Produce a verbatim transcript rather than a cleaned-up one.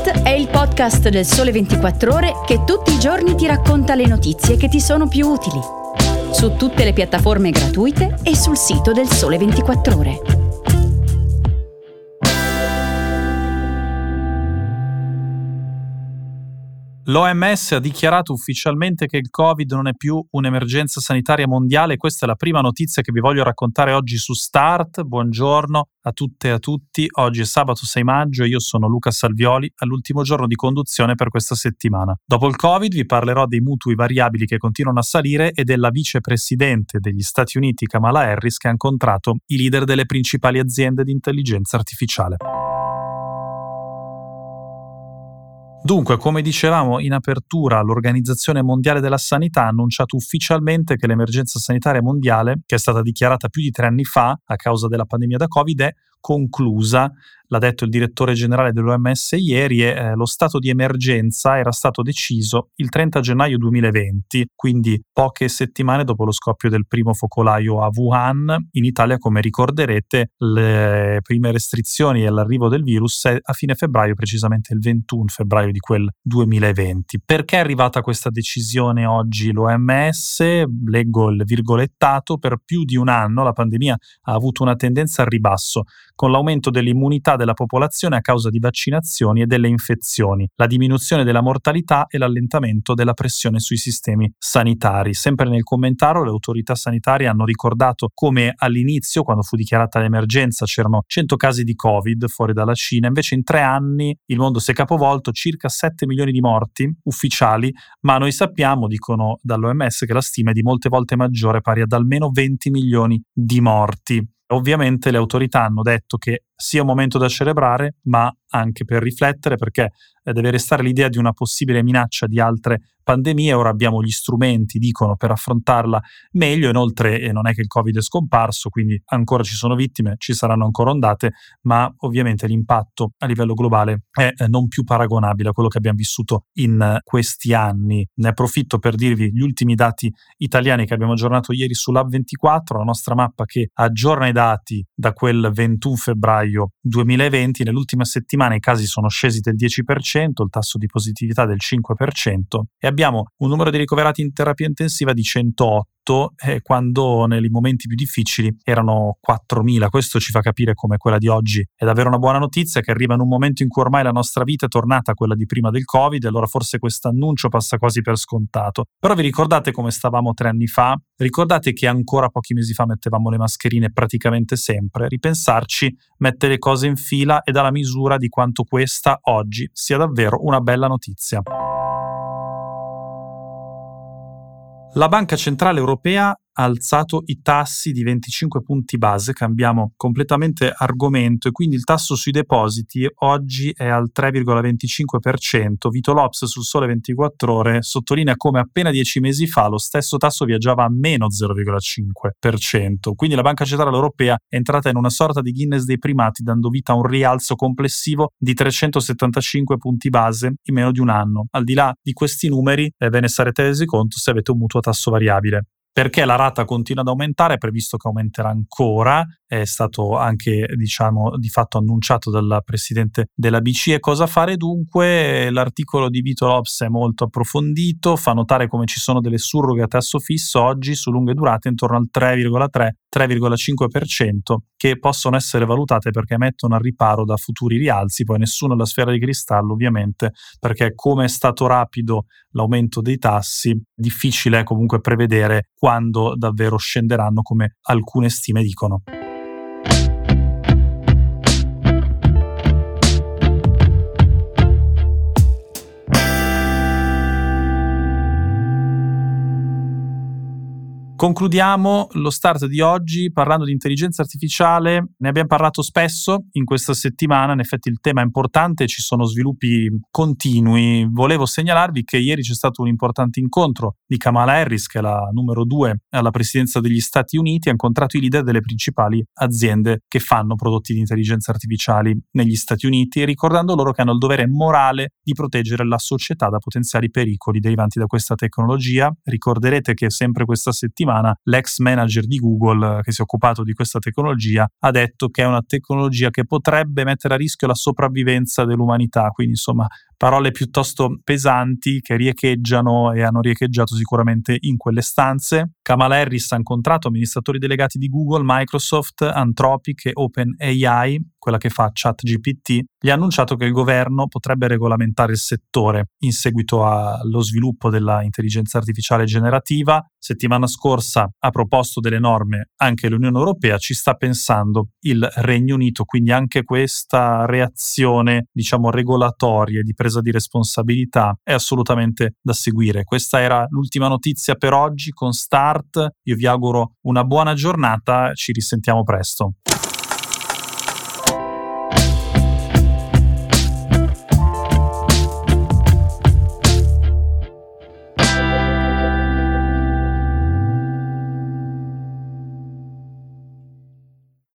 Update è il podcast del Sole ventiquattro Ore che tutti i giorni ti racconta le notizie che ti sono più utili. Su tutte le piattaforme gratuite e sul sito del Sole ventiquattro Ore. L'O M S ha dichiarato ufficialmente che il Covid non è più un'emergenza sanitaria mondiale. Questa è la prima notizia che vi voglio raccontare oggi su Start. Buongiorno a tutte e a tutti. Oggi è sabato sei maggio e io sono Luca Salvioli, all'ultimo giorno di conduzione per questa settimana. Dopo il Covid vi parlerò dei mutui variabili che continuano a salire e della vicepresidente degli Stati Uniti Kamala Harris che ha incontrato i leader delle principali aziende di intelligenza artificiale. Dunque, come dicevamo in apertura, l'Organizzazione Mondiale della Sanità ha annunciato ufficialmente che l'emergenza sanitaria mondiale, che è stata dichiarata più di tre anni fa a causa della pandemia da Covid, è conclusa. L'ha detto il direttore generale dell'O M S ieri e eh, lo stato di emergenza era stato deciso il trenta gennaio duemilaventi, quindi poche settimane dopo lo scoppio del primo focolaio a Wuhan. In Italia, come ricorderete, le prime restrizioni all'arrivo del virus è a fine febbraio, precisamente il ventuno febbraio di quel duemilaventi. Perché è arrivata questa decisione oggi l'O M S? Leggo il virgolettato: per più di un anno la pandemia ha avuto una tendenza al ribasso, con l'aumento dell'immunità della popolazione a causa di vaccinazioni e delle infezioni, la diminuzione della mortalità e l'allentamento della pressione sui sistemi sanitari. Sempre nel commentario le autorità sanitarie hanno ricordato come all'inizio, quando fu dichiarata l'emergenza, c'erano cento casi di Covid fuori dalla Cina, invece in tre anni il mondo si è capovolto, circa sette milioni di morti ufficiali, ma noi sappiamo, dicono dall'O M S, che la stima è di molte volte maggiore, pari ad almeno venti milioni di morti. Ovviamente le autorità hanno detto che sia un momento da celebrare, ma anche per riflettere, perché deve restare l'idea di una possibile minaccia di altre pandemie. Ora abbiamo gli strumenti, dicono, per affrontarla meglio. Inoltre eh, non è che il Covid è scomparso, quindi ancora ci sono vittime, ci saranno ancora ondate, ma ovviamente l'impatto a livello globale è eh, non più paragonabile a quello che abbiamo vissuto in eh, questi anni. Ne approfitto per dirvi gli ultimi dati italiani che abbiamo aggiornato ieri sull'Hub ventiquattro, la nostra mappa che aggiorna i dati da quel ventuno febbraio duemilaventi. Nell'ultima settimana i casi sono scesi del dieci per cento, il tasso di positività del cinque per cento e abbiamo un numero di ricoverati in terapia intensiva di centootto, eh, quando nei momenti più difficili erano quattromila. Questo ci fa capire come quella di oggi è davvero una buona notizia, che arriva in un momento in cui ormai la nostra vita è tornata a quella di prima del Covid, allora forse questo annuncio passa quasi per scontato. Però vi ricordate come stavamo tre anni fa? Ricordate che ancora pochi mesi fa mettevamo le mascherine praticamente sempre? Ripensarci mette le cose in fila e dà la misura di quanto questa oggi sia davvero una bella notizia. La Banca Centrale Europea ha alzato i tassi di venticinque punti base. Cambiamo completamente argomento e quindi il tasso sui depositi oggi è al tre virgola venticinque per cento. Vito Lops sul Sole ventiquattro Ore sottolinea come appena dieci mesi fa lo stesso tasso viaggiava a meno zero virgola cinque per cento. Quindi la Banca Centrale Europea è entrata in una sorta di Guinness dei primati, dando vita a un rialzo complessivo di trecentosettantacinque punti base in meno di un anno. Al di là di questi numeri, eh, ve ne sarete resi conto se avete un mutuo a tasso variabile. Perché la rata continua ad aumentare, è previsto che aumenterà ancora, è stato anche, diciamo, di fatto annunciato dal presidente della B C E. Cosa fare dunque? L'articolo di Vito Lops è molto approfondito, fa notare come ci sono delle surroghe a tasso fisso oggi su lunghe durate intorno al tre virgola tre tre virgola cinque per cento, che possono essere valutate perché mettono al riparo da futuri rialzi. Poi nessuno ha la sfera di cristallo, ovviamente, perché come è stato rapido l'aumento dei tassi, difficile è comunque prevedere quando davvero scenderanno, come alcune stime dicono. Concludiamo lo start di oggi parlando di intelligenza artificiale. Ne abbiamo parlato spesso in questa settimana, in effetti il tema è importante, ci sono sviluppi continui. Volevo segnalarvi che ieri c'è stato un importante incontro di Kamala Harris, che è la numero due alla presidenza degli Stati Uniti, ha incontrato i leader delle principali aziende che fanno prodotti di intelligenza artificiali negli Stati Uniti, ricordando loro che hanno il dovere morale di proteggere la società da potenziali pericoli derivanti da questa tecnologia. Ricorderete che sempre questa settimana settimana l'ex manager di Google che si è occupato di questa tecnologia ha detto che è una tecnologia che potrebbe mettere a rischio la sopravvivenza dell'umanità, quindi insomma parole piuttosto pesanti che riecheggiano e hanno riecheggiato sicuramente in quelle stanze. Kamala Harris ha incontrato amministratori delegati di Google, Microsoft, Anthropic e OpenAI, quella che fa ChatGPT. Gli ha annunciato che il governo potrebbe regolamentare il settore in seguito allo sviluppo della intelligenza artificiale generativa. Settimana scorsa ha proposto delle norme anche l'Unione Europea, ci sta pensando il Regno Unito, quindi anche questa reazione, diciamo, regolatoria e di presa di responsabilità è assolutamente da seguire. Questa era l'ultima notizia per oggi con Start. Io vi auguro una buona giornata, ci risentiamo presto.